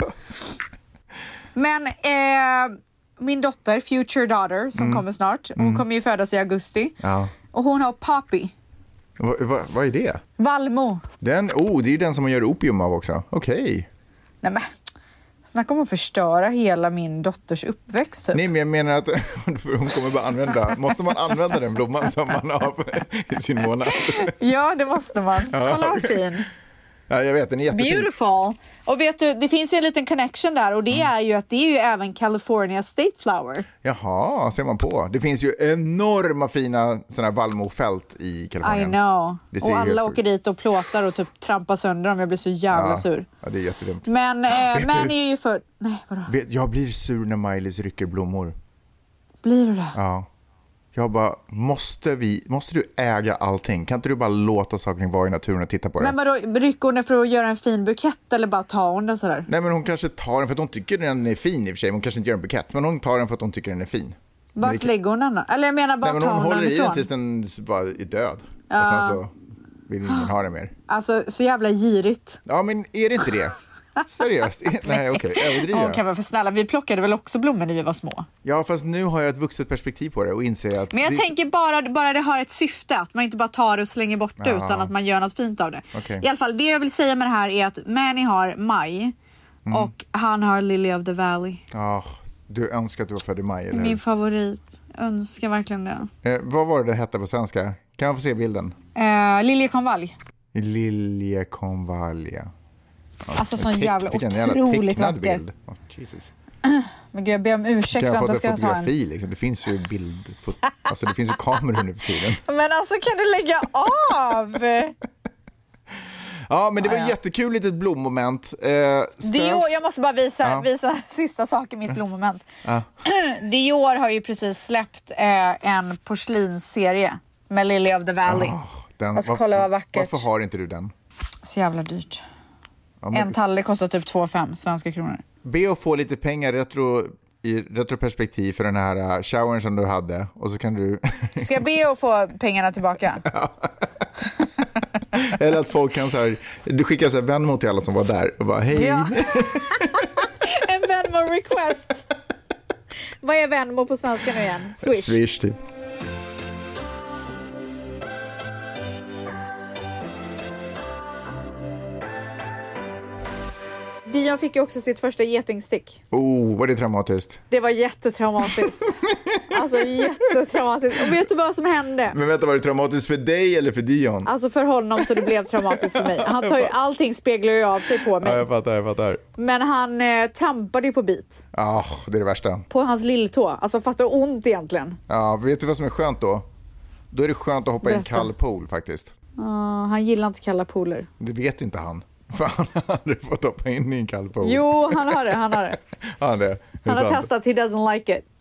Men eh, min dotter, future daughter, som mm. kommer snart. Hon mm. kommer ju födas i augusti. Ja. Och hon har poppy. Va, va, vad är det? Valmo. Den, oh, det är ju den som man gör opium av också. Okej. Okay. Nej men... Snacka om att förstöra hela min dotters uppväxt typ. Nej, men jag menar att hon kommer bara använda. Måste man använda den blomman som man har i sin månad? Ja, det måste man. Kolla vad fin. Ja, jag vet, den är jättefin. Beautiful. Och vet du, det finns en liten connection där. Och det mm. är ju att det är ju även California State Flower. Jaha, ser man på. Det finns ju enorma fina sådana här vallmofält i Kalifornien. I know. Och alla åker dit och plåtar och typ trampar sönder dem. Jag blir så jävla ja. sur. Ja, det är jättedumt. Men, eh, men är ju för... Nej, vadå? Vet, jag blir sur när Miley's rycker blommor. Blir du det? Ja. Jag bara, måste vi, måste du äga allting? Kan inte du bara låta saker vara i naturen och titta på det? Men vadå, rycker hon för att göra en fin bukett eller bara ta hon den sådär? Nej, men hon kanske tar den för att hon tycker den är fin i och för sig. Hon kanske inte gör en bukett, men hon tar den för att hon tycker den är fin. Vart det... lägger hon den då? Eller jag menar bara Nej, men hon ta hon håller den i ifrån. den tills den bara är död. Ja. Och sen så vill ingen ha den mer. Alltså, så jävla girigt. Ja, men är det inte det? Seriöst? Nej, okej. Okay. Överdriver. Okej, men för snälla, vi plockade väl också blommor när vi var små? Ja, fast nu har jag ett vuxet perspektiv på det och inser att... Men jag det... tänker bara, bara det har ett syfte, att man inte bara tar det och slänger bort det, utan att man gör något fint av det. Okay. I alla fall, det jag vill säga med det här är att Manny har maj mm. och han har Lily of the Valley. Ja, oh, du önskar att du var född i maj, eller? Min favorit. Önskar verkligen det. Eh, vad var det det hette på svenska? Kan jag få se bilden? Eh, Liljekonvalj. Liljekonvalj, ja. Alltså sån jävla otroligt vacker. Oh, Jesus. Men gud, jag ber om ursäkt. Kan jag få ett fotografi? En... Liksom? Det finns ju bild... Alltså det finns ju kameror nu för tiden. Men alltså kan du lägga av? Ja, men det var ah, ja. jättekul litet blommoment. Eh, Dior, jag måste bara visa, ja. visa sista saken i mitt blommoment. Ja. Dior har ju precis släppt eh, en porslinsserie med Lily of the Valley. Oh, den, alltså, var, kolla vad vackert. Varför har inte du den? Så jävla dyrt. Ja, men... En tallrik kostar typ två komma fem svenska kronor. Be att få lite pengar retro, i retroperspektiv för den här uh, showern som du hade. Och så kan du... Ska jag be att få pengarna tillbaka? Ja. Eller att folk kan så här... Du skickar så här Venmo till alla som var där och bara hej. Ja. En Venmo-request. Vad är Venmo på svenska nu igen? Swish. Swish typ. Dion fick ju också sitt första getingstick. Oh, var det traumatiskt? Det var jättetraumatiskt. Alltså jättetraumatiskt. Och vet du vad som hände? Men vänta, var det traumatiskt för dig eller för Dion? Alltså för honom, så det blev traumatiskt för mig. Han tar ju, allting speglar ju av sig på mig. Ja, jag fattar, jag fattar. Men han eh, trampade ju på bit. Ja, oh, det är det värsta. På hans lilltå. Alltså fast det var ont egentligen. Ja, vet du vad som är skönt då? Då är det skönt att hoppa Berätta. i en kall pool faktiskt. Ja, uh, han gillar inte kalla pooler. Det vet inte han. För han hade fått hoppa in i en kall pool. Jo, han har det, han har det. Han, det. han har testat, he doesn't like it.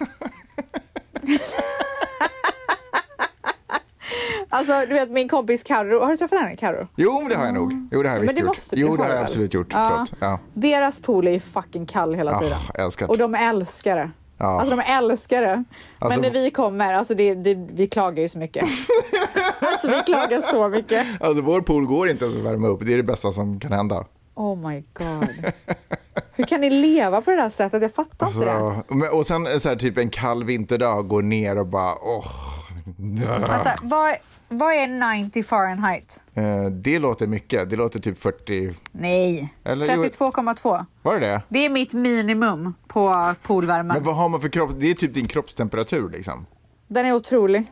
Alltså, du vet min kompis Karo, har du träffat henne, Karo? Jo, det har jag nog. Jo, det har jag visst det gjort. Jo, det har jag absolut gjort. Ja. Ja. Deras pool är fucking kall hela tiden. Oh, älskar. Och de älskar det. Ja. Alltså de älskar det. Alltså, men när vi kommer, alltså det, det, vi klagar ju så mycket. Alltså vi klagar så mycket. Alltså vår pool går inte ens att värma upp. Det är det bästa som kan hända. Oh my god. Hur kan ni leva på det där sättet? Jag fattar alltså, inte det. Och sen så här, typ en kall vinterdag går ner och bara åh. Vänta, vad, vad är nittio Fahrenheit? Eh, det låter mycket. Det låter typ fyrtio. Nej, trettiotvå komma två. Var det det? Det är mitt minimum på poolvärmen. Men vad har man för kropp? Det är typ din kroppstemperatur liksom. Den är otrolig.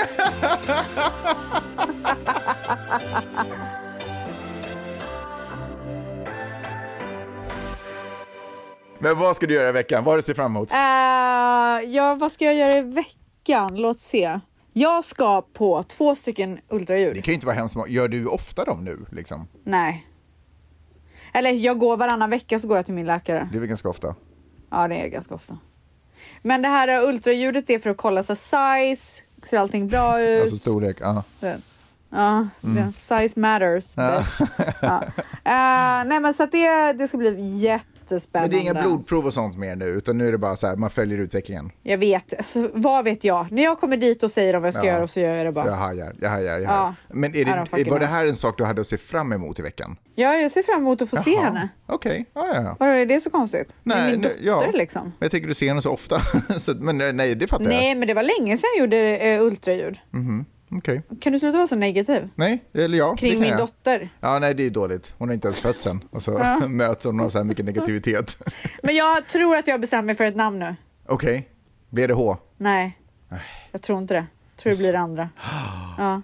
Men vad ska du göra i veckan? Vad har du ser fram emot? Uh, ja, vad ska jag göra i veckan? Låt se. Jag ska på två stycken ultraljud. Det kan ju inte vara hemskt. Gör du ofta dem nu liksom? Nej. Eller jag går varannan vecka så går jag till min läkare. Det är väl ganska ofta? Ja, det är ganska ofta. Men det här ultraljudet är för att kolla så size, ser allting bra ut. Alltså storlek, ja. Ja, mm. Size matters. Ja. Ja. Uh, nej men så att det, det ska bli jättespännande. Men det är inga blodprov och sånt mer nu, utan nu är det bara så här, man följer utvecklingen. Jag vet, alltså, vad vet jag? När jag kommer dit och säger vad jag ska ja. göra så gör jag det bara. Jag hajar, jag hajar, jag hajar. Ja. Men är det, var det här en sak du hade att se fram emot i veckan? Ja, jag ser fram emot att få Jaha. se henne. Okej, okay. ja, ja. Vadå, är det så konstigt? Nej, min dotter ja. liksom. Jag tänker du ser henne så ofta. så, men nej, det fattar nej, jag. Nej, men det var länge sedan jag gjorde uh, ultraljud. Mhm. Okay. Kan du sluta vara så negativ? Nej, eller ja. Kring min jag. dotter. Ja, nej, det är dåligt. Hon har inte ens fötts än. Och så ja. möts hon av så här mycket negativitet. Men jag tror att jag bestämmer mig för ett namn nu. Okej. Okay. Blir det H? Nej, jag tror inte det. Jag tror det blir det andra. Ja.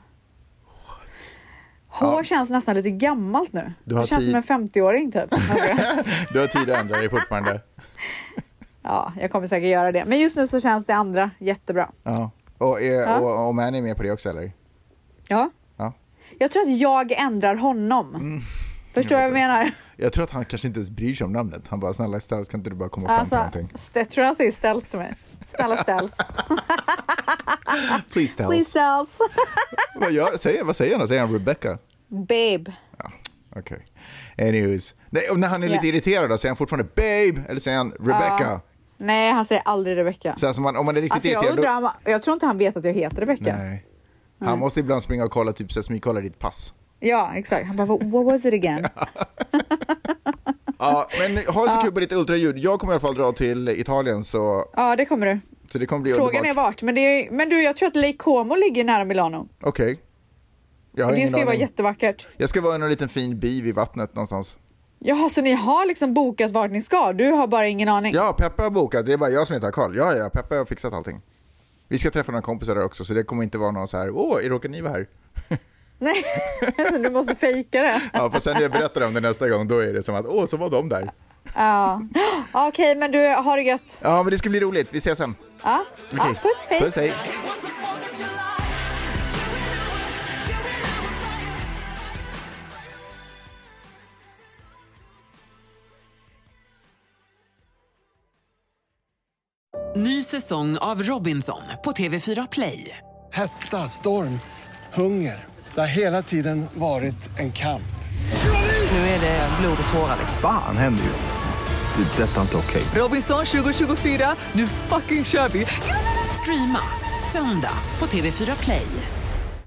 H ja. känns nästan lite gammalt nu. Det känns tid... som en femtio-åring typ. Du har tid att ändra dig fortfarande. Ja, jag kommer säkert göra det. Men just nu så känns det andra jättebra. Ja. Och, är, ja. och, och Manny är med på det också, eller? Ja. ja. Jag tror att jag ändrar honom. Mm. Förstår du vad jag menar? Jag tror att han kanske inte ens bryr sig om namnet. Han bara, snälla Ställs, kan inte du bara komma alltså, fram till någonting? Jag tror han säger Ställs till mig. Snälla Ställs. Please Ställs. Please Ställs. vad, gör, säger, vad säger han? Säger han Rebecca? Babe. Ja, okej. Okay. Anyways. Nej, och när han är yeah. lite irriterad då, säger han fortfarande babe? Eller säger han Rebecca? Ja. Nej, han säger aldrig Rebecca. Så alltså man, om man är riktigt alltså jag, irriterad... Undrar, då... jag tror inte han vet att jag heter Rebecca. Nej. Han Nej. måste ibland springa och kolla, typ så smygkolla ditt pass. Ja, exakt. Han bara, what was it again? Ja, men ha så ja. kul på ditt ultraljud. Jag kommer i alla fall dra till Italien, så... Ja, det kommer du. Så det kommer bli Frågan underbart. är vart, men, det är... men du, jag tror att Lake Como ligger nära Milano. Okej. Okay. Det ska ju vara jättevackert. Jag ska vara i en liten fin by vid vattnet någonstans. Jaha, så ni har liksom bokat vart ni ska? Du har bara ingen aning? Ja, Peppa har bokat. Det är bara jag som inte har koll. Ja, ja, Peppa har fixat allting. Vi ska träffa några kompisar där också, så det kommer inte vara någon så här, åh, råkar ni vara här? Nej, du måste fejka det. Ja, för sen när jag berättar om det nästa gång, då är det som att, åh, så var de där. Ja, okej, okay, men du har det gött. Ja, men det ska bli roligt. Vi ses sen. Ja, okay. Ja, puss, hej. Puss, hej. Ny säsong av Robinson på T V fyra Play. Hetta, storm, hunger. Det har hela tiden varit en kamp. Nu är det blod och tårar. Fan händer just det. Det är detta inte okej. Okay. Robinson tjugo tjugofyra, nu fucking kör vi. Streama söndag på T V fyra Play.